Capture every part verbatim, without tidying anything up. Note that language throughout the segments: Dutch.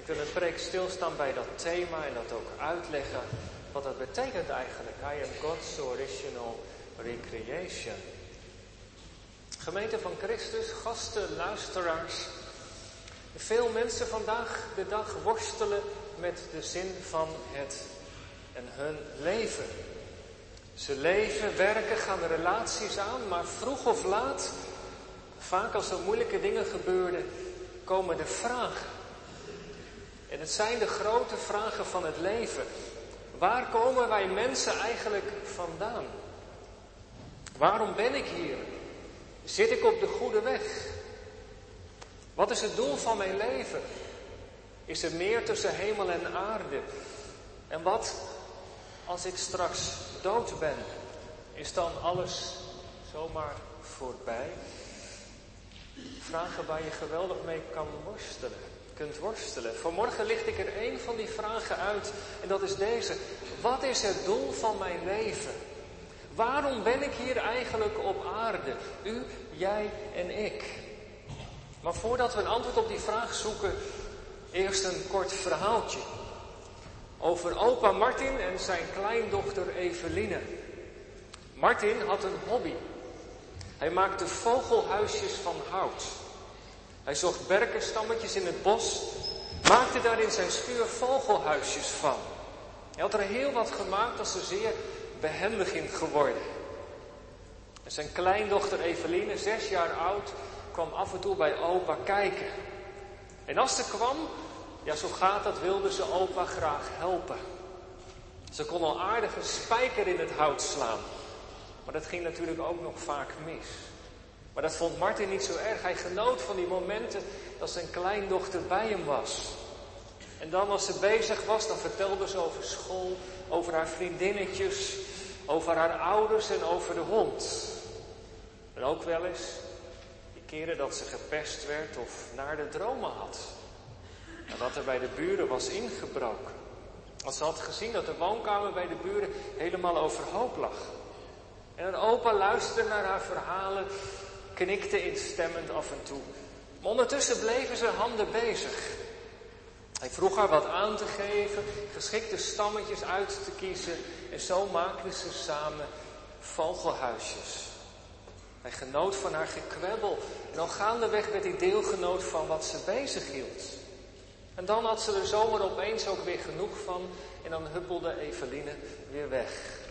Ik wil een preek stilstaan bij dat thema en dat ook uitleggen wat dat betekent eigenlijk. I am God's original recreation. Gemeente van Christus, gasten, luisteraars. Veel mensen vandaag de dag worstelen met de zin van het en hun leven. Ze leven, werken, gaan relaties aan, maar vroeg of laat, vaak als er moeilijke dingen gebeuren, komen de vragen. En het zijn de grote vragen van het leven. Waar komen wij mensen eigenlijk vandaan? Waarom ben ik hier? Zit ik op de goede weg? Wat is het doel van mijn leven? Is er meer tussen hemel en aarde? En wat als ik straks dood ben? Is dan alles zomaar voorbij? Vragen waar je geweldig mee kan worstelen, kunt worstelen. Vanmorgen licht ik er één van die vragen uit en dat is deze. Wat is het doel van mijn leven? Waarom ben ik hier eigenlijk op aarde? U, jij en ik. Maar voordat we een antwoord op die vraag zoeken, eerst een kort verhaaltje. Over opa Martin en zijn kleindochter Eveline. Martin had een hobby. Hij maakte vogelhuisjes van hout. Hij zocht berkenstammetjes in het bos, maakte daar in zijn schuur vogelhuisjes van. Hij had er heel wat gemaakt, was er zeer behendig in geworden. En zijn kleindochter Eveline, zes jaar oud, kwam af en toe bij opa kijken. En als ze kwam, ja zo gaat dat, wilde ze opa graag helpen. Ze kon al aardig een spijker in het hout slaan. Maar dat ging natuurlijk ook nog vaak mis. Maar dat vond Martin niet zo erg. Hij genoot van die momenten dat zijn kleindochter bij hem was. En dan als ze bezig was, dan vertelde ze over school, over haar vriendinnetjes, over haar ouders en over de hond. En ook wel eens die keren dat ze gepest werd of naar de dromen had. En dat er bij de buren was ingebroken. Als ze had gezien dat de woonkamer bij de buren helemaal overhoop lag. En een opa luisterde naar haar verhalen, knikte instemmend af en toe. Maar ondertussen bleven ze handen bezig. Hij vroeg haar wat aan te geven, geschikte stammetjes uit te kiezen. En zo maakten ze samen vogelhuisjes. Hij genoot van haar gekwebbel. En al gaandeweg werd hij deelgenoot van wat ze bezig hield. En dan had ze er zomaar opeens ook weer genoeg van. En dan huppelde Eveline weer weg.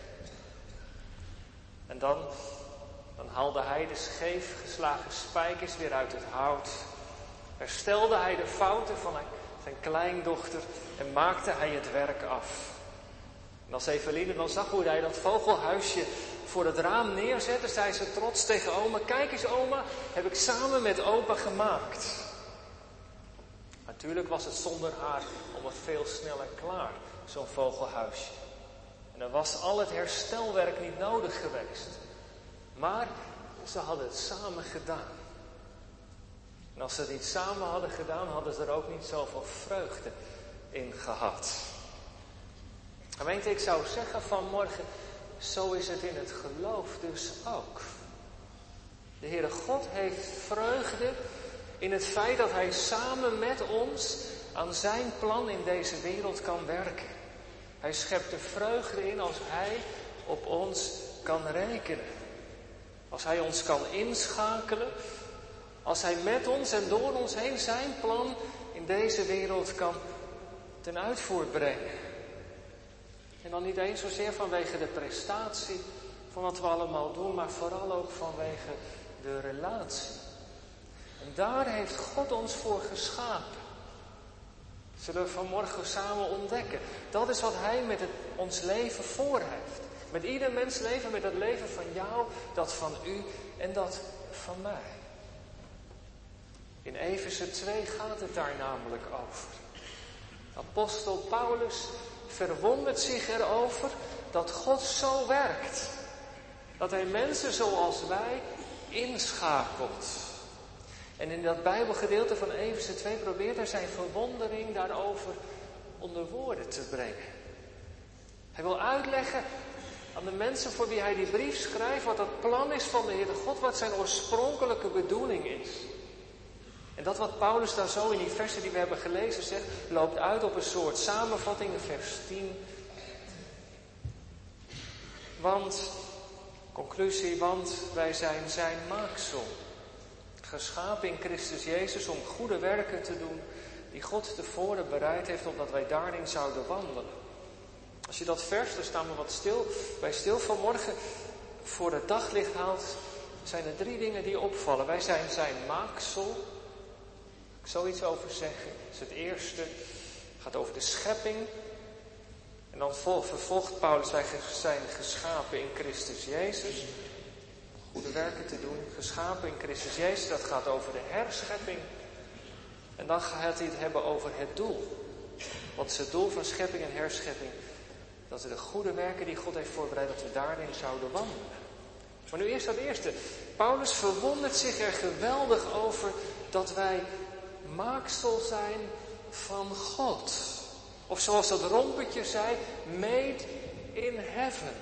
En dan, dan haalde hij de scheef geslagen spijkers weer uit het hout. Herstelde hij de fouten van zijn kleindochter en maakte hij het werk af. En als Eveline dan zag hoe hij dat vogelhuisje voor het raam neerzette, zei ze trots tegen oma, kijk eens oma, heb ik samen met opa gemaakt. Natuurlijk was het zonder haar om het veel sneller klaar, zo'n vogelhuisje. En dan was al het herstelwerk niet nodig geweest. Maar ze hadden het samen gedaan. En als ze het niet samen hadden gedaan, hadden ze er ook niet zoveel vreugde in gehad. Gemeente, ik zou zeggen vanmorgen, zo is het in het geloof dus ook. De Heere God heeft vreugde in het feit dat Hij samen met ons aan zijn plan in deze wereld kan werken. Hij schept er vreugde in als Hij op ons kan rekenen. Als Hij ons kan inschakelen. Als Hij met ons en door ons heen zijn plan in deze wereld kan ten uitvoer brengen. En dan niet eens zozeer vanwege de prestatie van wat we allemaal doen, maar vooral ook vanwege de relatie. En daar heeft God ons voor geschapen. Zullen we vanmorgen samen ontdekken. Dat is wat Hij met het, ons leven voor heeft. Met ieder mens leven, met het leven van jou, dat van u en dat van mij. In Efeze twee gaat het daar namelijk over. Apostel Paulus verwondert zich erover dat God zo werkt. Dat Hij mensen zoals wij inschakelt. En in dat Bijbelgedeelte van Efeze twee probeert hij zijn verwondering daarover onder woorden te brengen. Hij wil uitleggen aan de mensen voor wie hij die brief schrijft wat het plan is van de Heere God, wat zijn oorspronkelijke bedoeling is. En En dat wat Paulus daar zo in die versen die we hebben gelezen zegt, loopt uit op een soort samenvatting in vers tien. Want, conclusie, want wij zijn zijn maaksel. Geschapen in Christus Jezus om goede werken te doen die God tevoren bereid heeft opdat wij daarin zouden wandelen. Als je dat vers, daar staan we wat stil, bij stil vanmorgen, voor het daglicht haalt, zijn er drie dingen die opvallen. Wij zijn zijn maaksel. Ik zal iets over zeggen. Dat is het eerste. Het gaat over de schepping. En dan vervolgt Paulus, wij zijn geschapen in Christus Jezus. Goede werken te doen. Geschapen in Christus Jezus, dat gaat over de herschepping. En dan gaat hij het hebben over het doel. Wat is het doel van schepping en herschepping? Dat we de goede werken die God heeft voorbereid, dat we daarin zouden wandelen. Maar nu eerst dat eerste. Paulus verwondert zich er geweldig over dat wij maaksel zijn van God. Of zoals dat rompertje zei, made in heaven.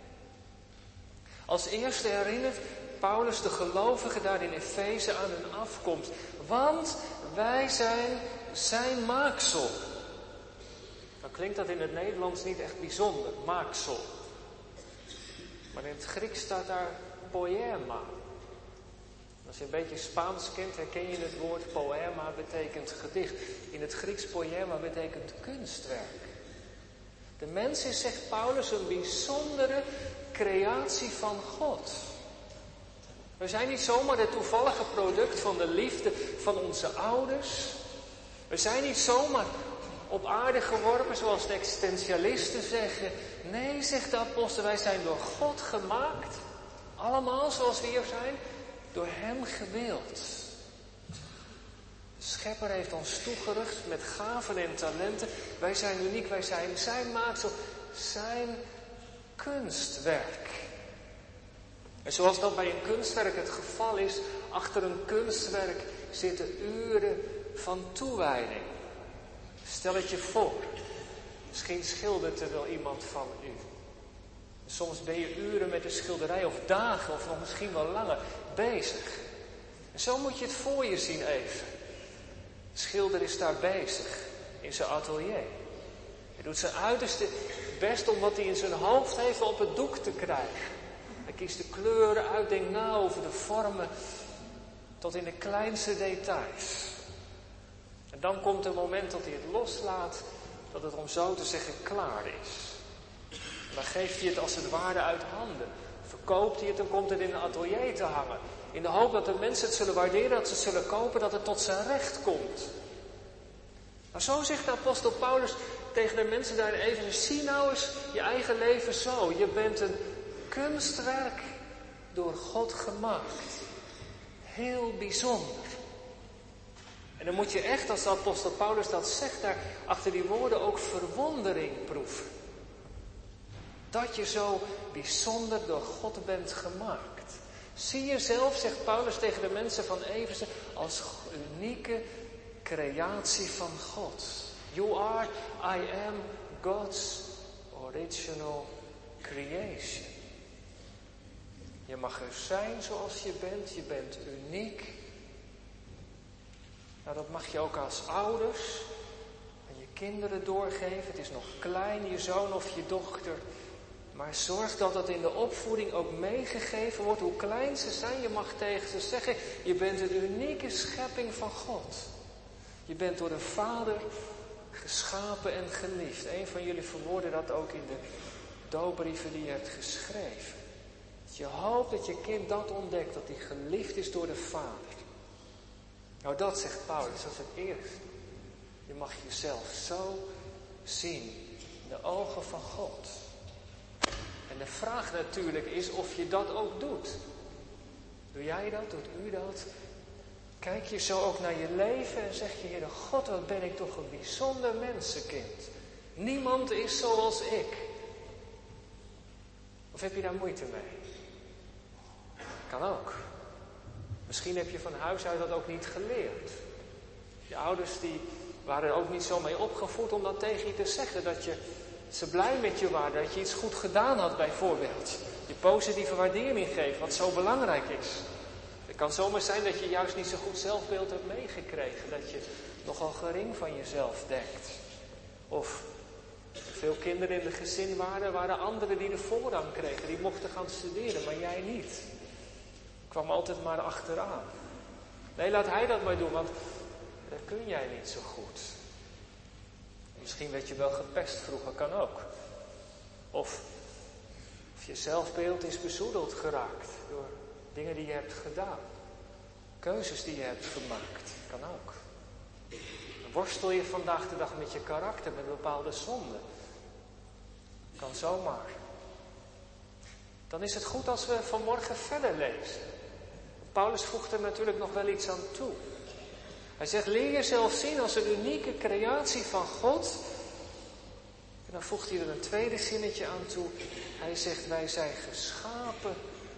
Als eerste herinnert Paulus de gelovigen daar in Efeze aan hun afkomst. Want wij zijn zijn maaksel. Dan klinkt dat in het Nederlands niet echt bijzonder, maaksel. Maar in het Grieks staat daar poema. Als je een beetje Spaans kent, herken je het woord poema, betekent gedicht. In het Grieks poema betekent kunstwerk. De mens is, zegt Paulus, een bijzondere creatie van God. We zijn niet zomaar het toevallige product van de liefde van onze ouders. We zijn niet zomaar op aarde geworpen, zoals de existentialisten zeggen. Nee, zegt de apostel, wij zijn door God gemaakt. Allemaal zoals we hier zijn, door hem gewild. De Schepper heeft ons toegerust met gaven en talenten. Wij zijn uniek, wij zijn zijn maaksel, zijn kunstwerk. En zoals dat bij een kunstwerk het geval is, achter een kunstwerk zitten uren van toewijding. Stel het je voor, misschien schildert er wel iemand van u. Soms ben je uren met een schilderij of dagen of nog misschien wel langer bezig. En zo moet je het voor je zien even. De schilder is daar bezig in zijn atelier. Hij doet zijn uiterste best om wat hij in zijn hoofd heeft op het doek te krijgen. Hij kiest de kleuren uit, denkt na over de vormen tot in de kleinste details. En dan komt een moment dat hij het loslaat, dat het om zo te zeggen klaar is. En dan geeft hij het als het ware uit handen. Verkoopt hij het, dan komt het in een atelier te hangen. In de hoop dat de mensen het zullen waarderen, dat ze het zullen kopen, dat het tot zijn recht komt. Maar zo zegt de apostel Paulus tegen de mensen daar in Efeze, zie nou eens je eigen leven zo. Je bent een kunstwerk door God gemaakt. Heel bijzonder. En dan moet je echt, als de apostel Paulus dat zegt, daar achter die woorden ook verwondering proeven. Dat je zo bijzonder door God bent gemaakt. Zie jezelf, zegt Paulus tegen de mensen van Efeze, als unieke creatie van God. You are, I am God's original creation. Je mag er zijn zoals je bent, je bent uniek. Nou, dat mag je ook als ouders aan je kinderen doorgeven. Het is nog klein, je zoon of je dochter. Maar zorg dat dat in de opvoeding ook meegegeven wordt. Hoe klein ze zijn, je mag tegen ze zeggen, je bent een unieke schepping van God. Je bent door de Vader geschapen en geliefd. Een van jullie verwoordde dat ook in de doopbrieven die je hebt geschreven. Dat je hoopt dat je kind dat ontdekt, dat hij geliefd is door de Vader. Nou, dat zegt Paulus, dat is het eerste. Je mag jezelf zo zien in de ogen van God. En de vraag natuurlijk is of je dat ook doet. Doe jij dat? Doet u dat? Kijk je zo ook naar je leven en zeg je, Heere God, wat ben ik toch een bijzonder mensenkind. Niemand is zoals ik. Of heb je daar moeite mee? Kan ook. Misschien heb je van huis uit dat ook niet geleerd. Je ouders die waren er ook niet zo mee opgevoed om dat tegen je te zeggen. Dat je, ze blij met je waren, dat je iets goed gedaan had bijvoorbeeld. Je positieve waardering geven, wat zo belangrijk is. De kan zomaar zijn dat je juist niet zo goed zelfbeeld hebt meegekregen. Dat je nogal gering van jezelf denkt. Of veel kinderen in het gezin waren, waren anderen die de voorrang kregen. Die mochten gaan studeren, maar jij niet. Kwam altijd maar achteraan. Nee, laat hij dat maar doen, want dat kun jij niet zo goed. Misschien werd je wel gepest vroeger, kan ook. Of, of je zelfbeeld is bezoedeld geraakt door dingen die je hebt gedaan. Keuzes die je hebt gemaakt, kan ook. Dan worstel je vandaag de dag met je karakter, met bepaalde zonden. Kan zomaar. Dan is het goed als we vanmorgen verder lezen. Paulus voegt er natuurlijk nog wel iets aan toe. Hij zegt, leer jezelf zien als een unieke creatie van God. En dan voegt hij er een tweede zinnetje aan toe. Hij zegt, wij zijn geschapen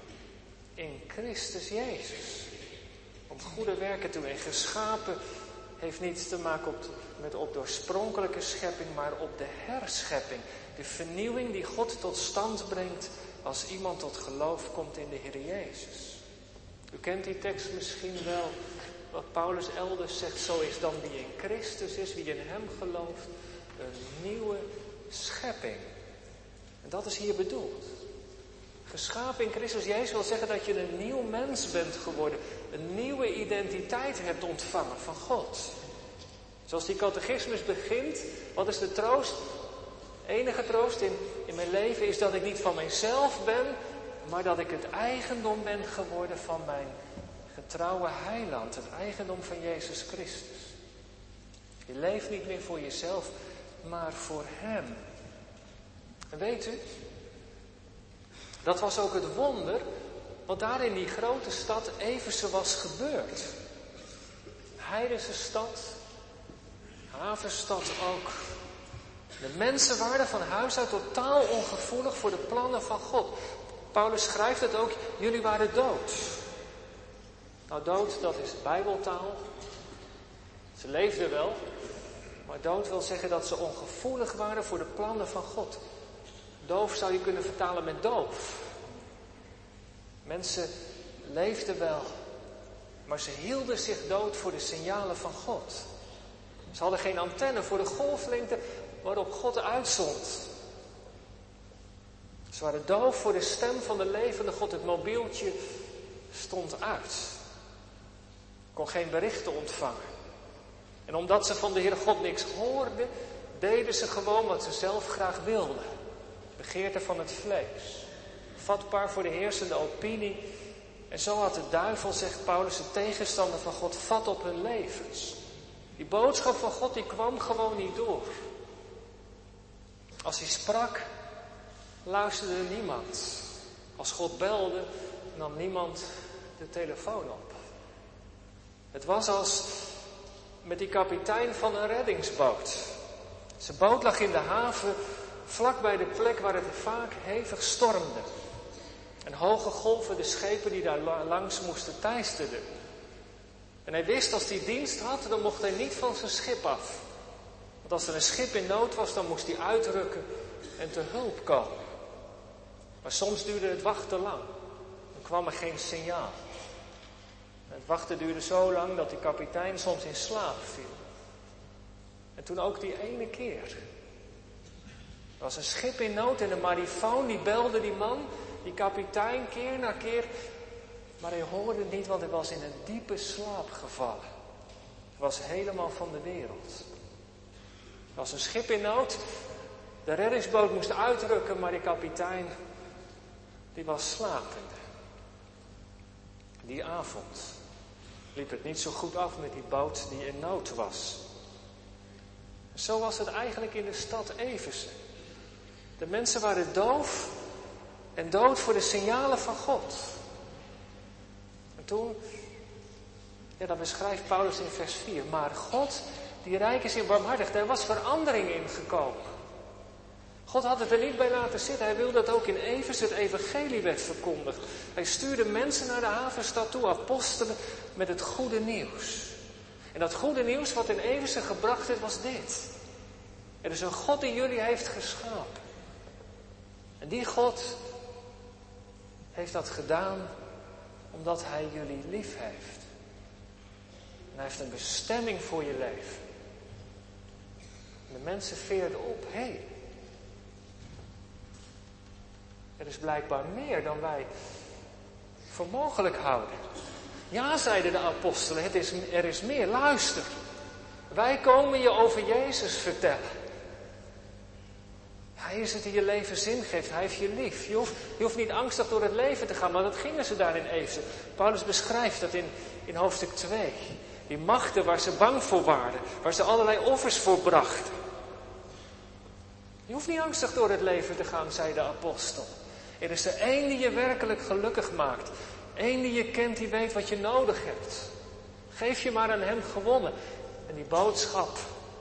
in Christus Jezus. Om goede werken te doen. En geschapen heeft niets te maken op, met op de oorspronkelijke schepping, maar op de herschepping. De vernieuwing die God tot stand brengt als iemand tot geloof komt in de Heer Jezus. U kent die tekst misschien wel, wat Paulus elders zegt, zo is dan wie in Christus is, wie in hem gelooft, een nieuwe schepping. En dat is hier bedoeld. Geschapen in Christus Jezus wil zeggen dat je een nieuw mens bent geworden, een nieuwe identiteit hebt ontvangen van God. Zoals die catechismus begint, wat is de troost? De enige troost in, in mijn leven is dat ik niet van mijzelf ben, maar dat ik het eigendom ben geworden van mijn getrouwe heiland, het eigendom van Jezus Christus. Je leeft niet meer voor jezelf, maar voor hem. En weet u, dat was ook het wonder wat daar in die grote stad Efeze was gebeurd. Heidense stad, havenstad ook. De mensen waren van huis uit totaal ongevoelig voor de plannen van God. Paulus schrijft het ook, jullie waren dood. Nou, dood, dat is bijbeltaal. Ze leefden wel, maar dood wil zeggen dat ze ongevoelig waren voor de plannen van God. Doof zou je kunnen vertalen met doof. Mensen leefden wel, maar ze hielden zich dood voor de signalen van God. Ze hadden geen antenne voor de golflengte waarop God uitzond. Ze waren doof voor de stem van de levende God. Het mobieltje stond uit. Kon geen berichten ontvangen. En omdat ze van de Heere God niks hoorden, deden ze gewoon wat ze zelf graag wilden. Begeerte van het vlees. Vatbaar voor de heersende opinie. En zo had de duivel, zegt Paulus, de tegenstander van God, vat op hun levens. Die boodschap van God, die kwam gewoon niet door. Als hij sprak, luisterde niemand. Als God belde, nam niemand de telefoon op. Het was als met die kapitein van een reddingsboot. Zijn boot lag in de haven, vlak bij de plek waar het vaak hevig stormde. En hoge golven de schepen die daar langs moesten teisterden. En hij wist, als hij dienst had, dan mocht hij niet van zijn schip af. Want als er een schip in nood was, dan moest hij uitrukken en te hulp komen. Maar soms duurde het wachten lang. Dan kwam er geen signaal. En het wachten duurde zo lang dat die kapitein soms in slaap viel. En toen ook die ene keer. Er was een schip in nood en de marifoon die belde die man, die kapitein, keer na keer. Maar hij hoorde het niet, want hij was in een diepe slaap gevallen. Hij was helemaal van de wereld. Er was een schip in nood. De reddingsboot moest uitrukken, maar die kapitein, die was slapende. Die avond liep het niet zo goed af met die boot die in nood was. Zo was het eigenlijk in de stad Efeze. De mensen waren doof en dood voor de signalen van God. En toen, ja, dat beschrijft Paulus in vers vier. Maar God, die rijk is in barmhartigheid, er was verandering in gekomen. God had het er niet bij laten zitten. Hij wilde dat ook in Efeze het evangelie werd verkondigd. Hij stuurde mensen naar de havenstad toe, apostelen, met het goede nieuws. En dat goede nieuws wat in Efeze gebracht werd, was dit. Er is een God die jullie heeft geschapen. En die God heeft dat gedaan Omdat hij jullie lief heeft. En hij heeft een bestemming voor je leven. En de mensen veerden op. Hé, hey, er is blijkbaar meer dan wij voor mogelijk houden. Ja, zeiden de apostelen, het is, er is meer. Luister, wij komen je over Jezus vertellen. Hij is het die je leven zin geeft. Hij heeft je lief. Je hoeft, je hoeft niet angstig door het leven te gaan, maar dat gingen ze daar in Efeze. Paulus beschrijft dat in, in hoofdstuk twee. Die machten waar ze bang voor waren, waar ze allerlei offers voor brachten. Je hoeft niet angstig door het leven te gaan, zei de apostel. Er is er één die je werkelijk gelukkig maakt. Eén die je kent, die weet wat je nodig hebt. Geef je maar aan hem gewonnen. En die boodschap,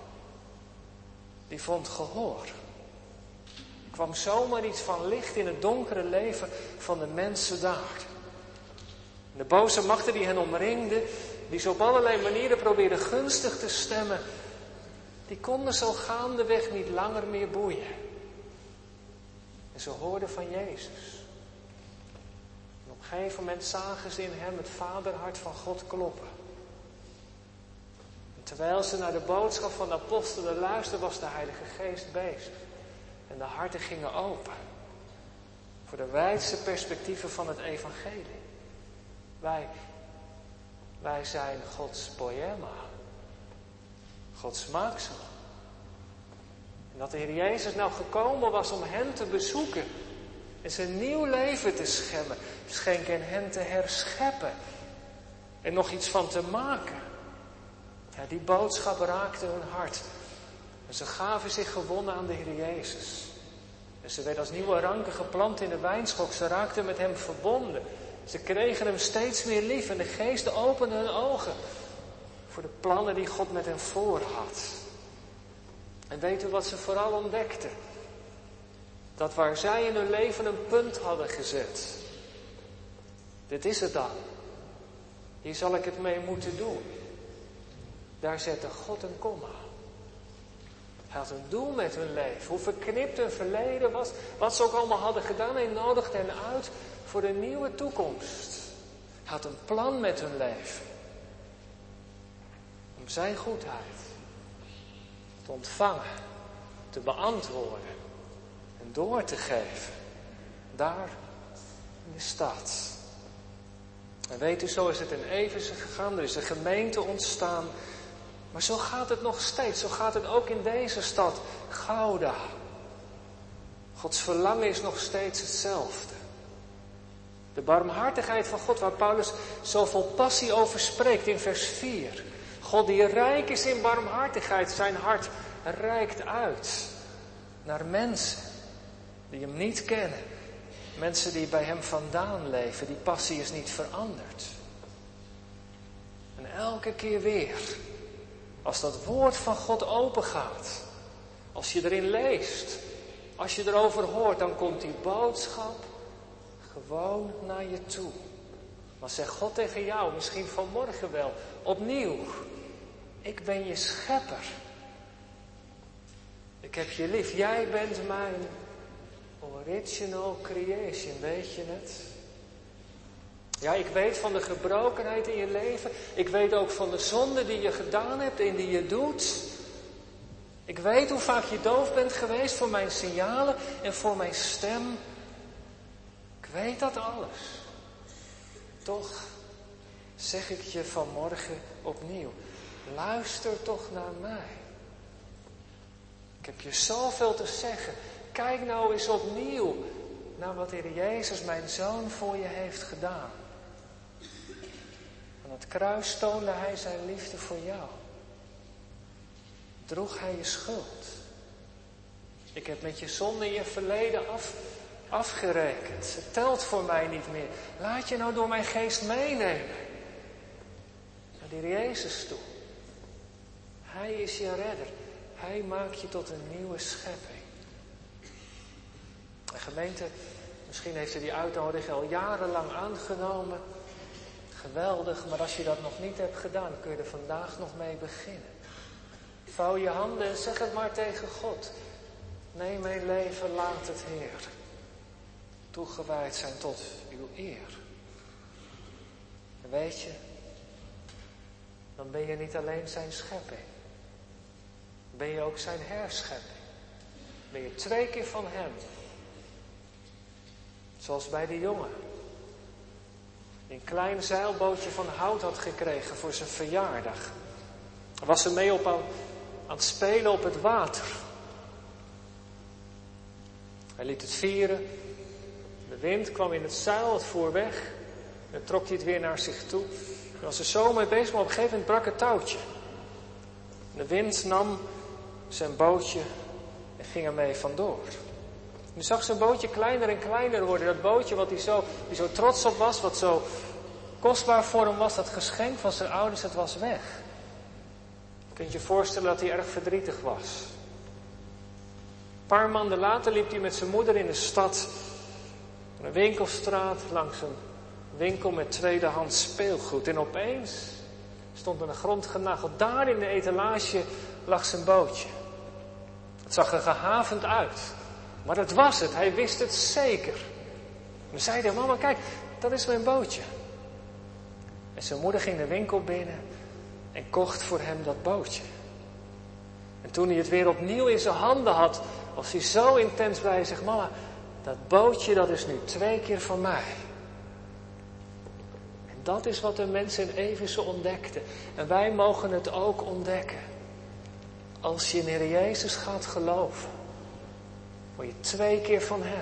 die vond gehoor. Er kwam zomaar iets van licht in het donkere leven van de mensen daar. En de boze machten die hen omringden, die ze op allerlei manieren probeerden gunstig te stemmen, die konden zo gaandeweg niet langer meer boeien. En ze hoorden van Jezus. En op een gegeven moment zagen ze in hem het vaderhart van God kloppen. En terwijl ze naar de boodschap van de apostelen luisterden, was de Heilige Geest bezig. En de harten gingen open. Voor de wijdste perspectieven van het evangelie. Wij, wij zijn Gods poema. Gods maaksel. En dat de Heer Jezus nou gekomen was om hen te bezoeken. En zijn nieuw leven te schemmen, schenken en hen te herscheppen. En nog iets van te maken. Ja, die boodschap raakte hun hart. En ze gaven zich gewonnen aan de Heer Jezus. En ze werden als nieuwe ranken geplant in de wijnschok. Ze raakten met hem verbonden. Ze kregen hem steeds meer lief. En de geest opende hun ogen voor de plannen die God met hen voor had. En weet u wat ze vooral ontdekten? Dat waar zij in hun leven een punt hadden gezet. Dit is het dan. Hier zal ik het mee moeten doen. Daar zette God een komma. Hij had een doel met hun leven. Hoe verknipt hun verleden was. Wat ze ook allemaal hadden gedaan. Hij nodigde hen uit voor een nieuwe toekomst. Hij had een plan met hun leven. Om zijn goedheid te ontvangen. Te beantwoorden. En door te geven. Daar in de stad. En weet u, zo is het in Efeze gegaan. Er is een gemeente ontstaan. Maar zo gaat het nog steeds. Zo gaat het ook in deze stad. Gouda. Gods verlangen is nog steeds hetzelfde. De barmhartigheid van God, waar Paulus zo vol passie over spreekt in vers vier. God die rijk is in barmhartigheid, zijn hart reikt uit naar mensen die hem niet kennen. Mensen die bij hem vandaan leven. Die passie is niet veranderd. En elke keer weer, als dat woord van God open gaat, als je erin leest, als je erover hoort, dan komt die boodschap gewoon naar je toe. Maar zegt God tegen jou, misschien vanmorgen wel, opnieuw: ik ben je schepper. Ik heb je lief. Jij bent mijn original creation, weet je het? Ja, ik weet van de gebrokenheid in je leven. Ik weet ook van de zonde die je gedaan hebt en die je doet. Ik weet hoe vaak je doof bent geweest voor mijn signalen en voor mijn stem. Ik weet dat alles. Toch zeg ik je vanmorgen opnieuw: luister toch naar mij. Ik heb je zoveel te zeggen. Kijk nou eens opnieuw naar wat de Heer Jezus, mijn zoon, voor je heeft gedaan. Aan het kruis toonde hij zijn liefde voor jou. Droeg hij je schuld. Ik heb met je zonde in je verleden af, afgerekend. Het telt voor mij niet meer. Laat je nou door mijn geest meenemen naar de Heer Jezus toe. Hij is je redder. Hij maakt je tot een nieuwe schepping. En gemeente, misschien heeft u die uitnodiging al jarenlang aangenomen. Geweldig, maar als je dat nog niet hebt gedaan, kun je er vandaag nog mee beginnen. Vouw je handen en zeg het maar tegen God. Neem mijn leven, laat het Heer toegewijd zijn tot uw eer. En weet je, dan ben je niet alleen zijn schepping. Dan ben je ook zijn herschepping. Dan ben je twee keer van hem. Zoals bij die jongen. Die een klein zeilbootje van hout had gekregen voor zijn verjaardag. Daar was ze mee op aan, aan het spelen op het water. Hij liet het vieren. De wind kwam in het zeil, het voer weg. En dan trok hij het weer naar zich toe. Hij was er zo mee bezig, maar op een gegeven moment brak het touwtje. De wind nam zijn bootje en ging ermee vandoor. Nu zag zijn bootje kleiner en kleiner worden. Dat bootje wat hij zo, die zo trots op was, wat zo kostbaar voor hem was, dat geschenk van zijn ouders, het was weg. Je kunt je voorstellen dat hij erg verdrietig was. Een paar maanden later liep hij met zijn moeder in de stad. Op een winkelstraat, langs een winkel met tweedehands speelgoed. En opeens stond aan de grond genageld. Daar in de etalage lag zijn bootje. Het zag er gehavend uit. Maar dat was het, hij wist het zeker. En zei hij, mama kijk, dat is mijn bootje. En zijn moeder ging de winkel binnen en kocht voor hem dat bootje. En toen hij het weer opnieuw in zijn handen had, was hij zo intens bij. Hij zegt, mama, dat bootje dat is nu twee keer van mij. En dat is wat de mensen in Efeze ontdekten. En wij mogen het ook ontdekken. Als je in Heer Jezus gaat geloven, word je twee keer van hem.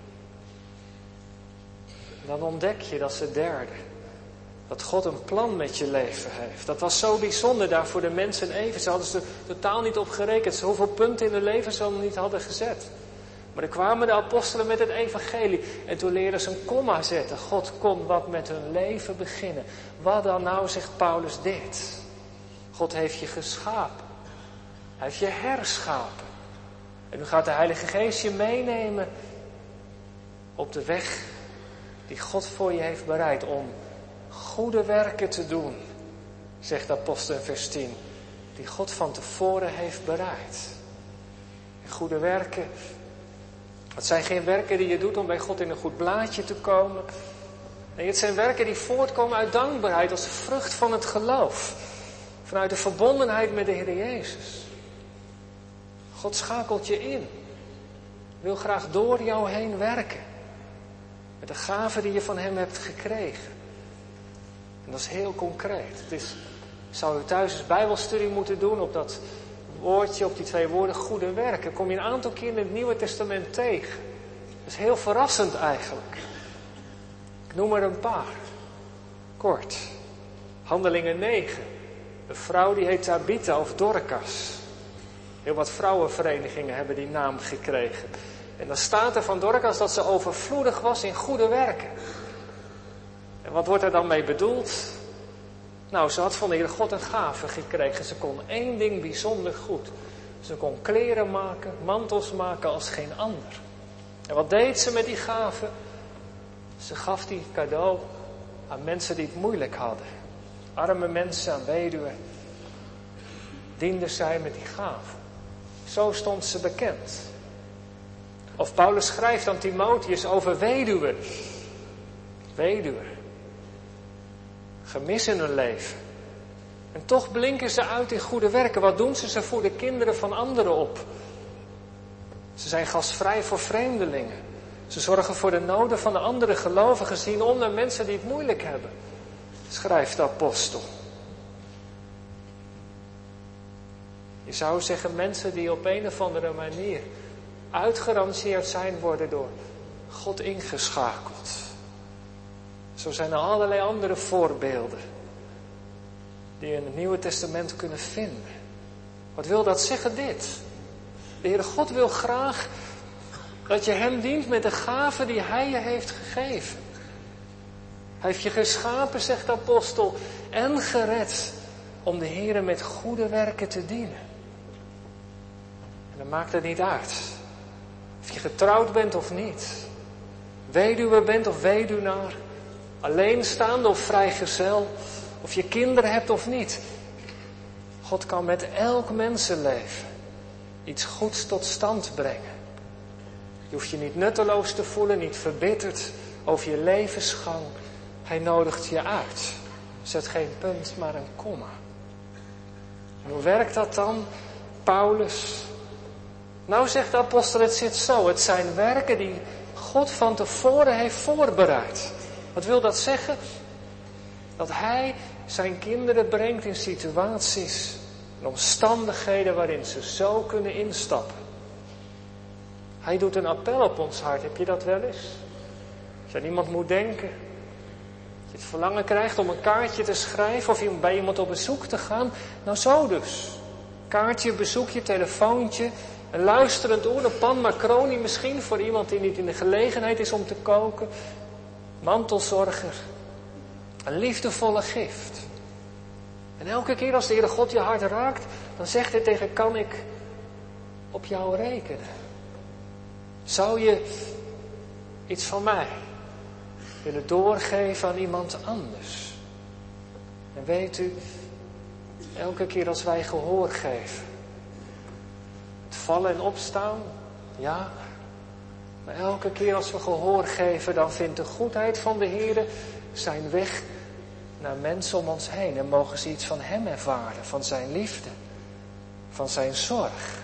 En dan ontdek je, dat is het derde, dat God een plan met je leven heeft. Dat was zo bijzonder daar voor de mensen in Efeze. Ze hadden ze totaal niet op gerekend. Hoeveel punten in hun leven ze niet hadden gezet. Maar er kwamen de apostelen met het evangelie. En toen leerden ze een komma zetten. God kon wat met hun leven beginnen. Wat dan nou, zegt Paulus, dit. God heeft je geschapen. Hij heeft je herschapen. En nu gaat de Heilige Geest je meenemen op de weg die God voor je heeft bereid om goede werken te doen, zegt de apostel in vers tien, die God van tevoren heeft bereid. En goede werken, het zijn geen werken die je doet om bij God in een goed blaadje te komen. Nee, het zijn werken die voortkomen uit dankbaarheid als vrucht van het geloof. Vanuit de verbondenheid met de Heer Jezus. God schakelt je in. Wil graag door jou heen werken. Met de gaven die je van hem hebt gekregen. En dat is heel concreet. Het is, zou je thuis eens bijbelstudie moeten doen op dat woordje, op die twee woorden, goede werken. Kom je een aantal keer in het Nieuwe Testament tegen. Dat is heel verrassend eigenlijk. Ik noem er een paar. Kort. Handelingen negen. Een vrouw die heet Tabitha of Dorcas. Heel wat vrouwenverenigingen hebben die naam gekregen. En dan staat er van Dorcas dat ze overvloedig was in goede werken. En wat wordt er dan mee bedoeld? Nou, ze had van de Heer God een gave gekregen. Ze kon één ding bijzonder goed. Ze kon kleren maken, mantels maken als geen ander. En wat deed ze met die gave? Ze gaf die cadeau aan mensen die het moeilijk hadden. Arme mensen, aan weduwen. Diende zij met die gave. Zo stond ze bekend. Of Paulus schrijft aan Timotheus over weduwen. Weduwen. Gemis in hun leven. En toch blinken ze uit in goede werken. Wat doen ze? Ze voeden kinderen van anderen op. Ze zijn gastvrij voor vreemdelingen. Ze zorgen voor de noden van de andere gelovigen, zien onder mensen die het moeilijk hebben. Schrijft de apostel. Je zou zeggen, mensen die op een of andere manier uitgerangeerd zijn, worden door God ingeschakeld. Zo zijn er allerlei andere voorbeelden die je in het Nieuwe Testament kunnen vinden. Wat wil dat zeggen, dit? De Heere God wil graag dat je hem dient met de gaven die hij je heeft gegeven. Hij heeft je geschapen, zegt de apostel, en gered om de Heere met goede werken te dienen. En dan maakt het niet uit of je getrouwd bent of niet, weduwe bent of weduwnaar, alleenstaande of vrijgezel, of je kinderen hebt of niet. God kan met elk mensenleven iets goeds tot stand brengen. Je hoeft je niet nutteloos te voelen, niet verbitterd over je levensgang. Hij nodigt je uit. Zet geen punt, maar een komma. En hoe werkt dat dan, Paulus? Nou zegt de apostel, het zit zo. Het zijn werken die God van tevoren heeft voorbereid. Wat wil dat zeggen? Dat hij zijn kinderen brengt in situaties en omstandigheden waarin ze zo kunnen instappen. Hij doet een appel op ons hart. Heb je dat wel eens? Als je aan iemand moet denken. Dat je het verlangen krijgt om een kaartje te schrijven of bij iemand op bezoek te gaan. Nou zo dus. Kaartje, bezoekje, telefoontje. Een luisterend oor, een pan macaroni misschien voor iemand die niet in de gelegenheid is om te koken. Mantelzorger. Een liefdevolle gift. En elke keer als de Heere God je hart raakt, dan zegt hij tegen, kan ik op jou rekenen? Zou je iets van mij willen doorgeven aan iemand anders? En weet u, elke keer als wij gehoor geven, het vallen en opstaan, ja, maar elke keer als we gehoor geven, dan vindt de goedheid van de Heere zijn weg naar mensen om ons heen. En mogen ze iets van hem ervaren, van zijn liefde, van zijn zorg.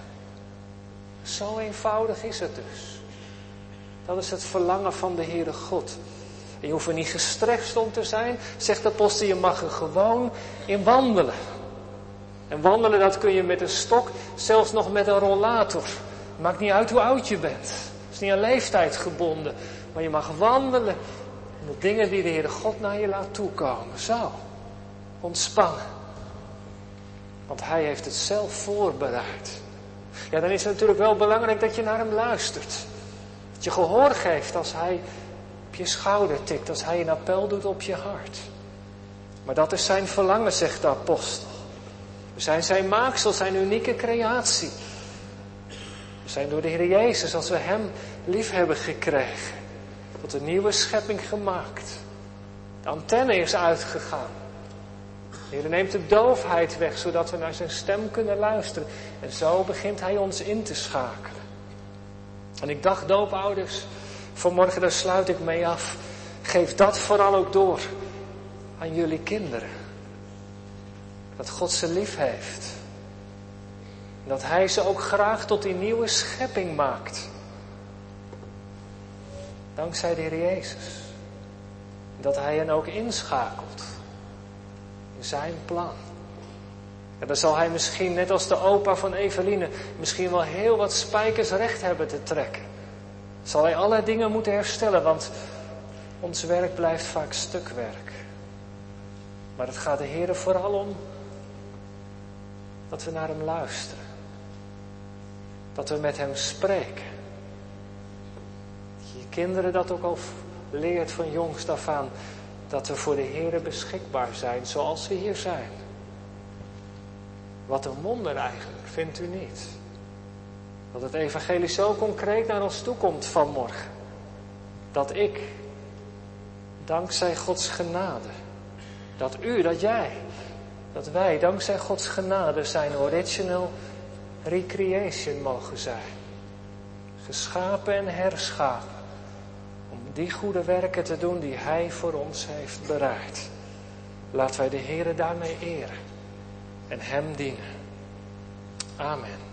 Zo eenvoudig is het dus. Dat is het verlangen van de Heere God. En je hoeft er niet gestrest om te zijn, zegt de apostel, je mag er gewoon in wandelen. En wandelen, dat kun je met een stok, zelfs nog met een rollator. Maakt niet uit hoe oud je bent. Het is niet aan leeftijd gebonden. Maar je mag wandelen in de dingen die de Heere God naar je laat toekomen. Zo, ontspannen. Want hij heeft het zelf voorbereid. Ja, dan is het natuurlijk wel belangrijk dat je naar hem luistert. Dat je gehoor geeft als hij op je schouder tikt. Als hij een appel doet op je hart. Maar dat is zijn verlangen, zegt de apostel. We zijn zijn maaksel, zijn unieke creatie. We zijn door de Heer Jezus, als we hem lief hebben gekregen, tot een nieuwe schepping gemaakt. De antenne is uitgegaan. De Heer neemt de doofheid weg, zodat we naar zijn stem kunnen luisteren. En zo begint hij ons in te schakelen. En ik dacht, doopouders, vanmorgen daar sluit ik mee af. Geef dat vooral ook door aan jullie kinderen. Dat God ze lief heeft. En dat hij ze ook graag tot die nieuwe schepping maakt. Dankzij de Heer Jezus. En dat hij hen ook inschakelt. In zijn plan. En dan zal hij misschien, net als de opa van Eveline, misschien wel heel wat spijkers recht hebben te trekken. Zal hij allerlei dingen moeten herstellen, want ons werk blijft vaak stukwerk. Maar het gaat de Heer vooral om dat we naar hem luisteren. Dat we met hem spreken. Dat je kinderen dat ook al leert van jongs af aan. Dat we voor de Heer beschikbaar zijn zoals we hier zijn. Wat een wonder eigenlijk, vindt u niet? Dat het evangelie zo concreet naar ons toe komt vanmorgen. Dat ik, dankzij Gods genade, dat u, dat jij, dat wij, dankzij Gods genade, zijn original recreation mogen zijn. Geschapen en herschapen. Om die goede werken te doen die hij voor ons heeft bereid. Laten wij de Heere daarmee eren. En hem dienen. Amen.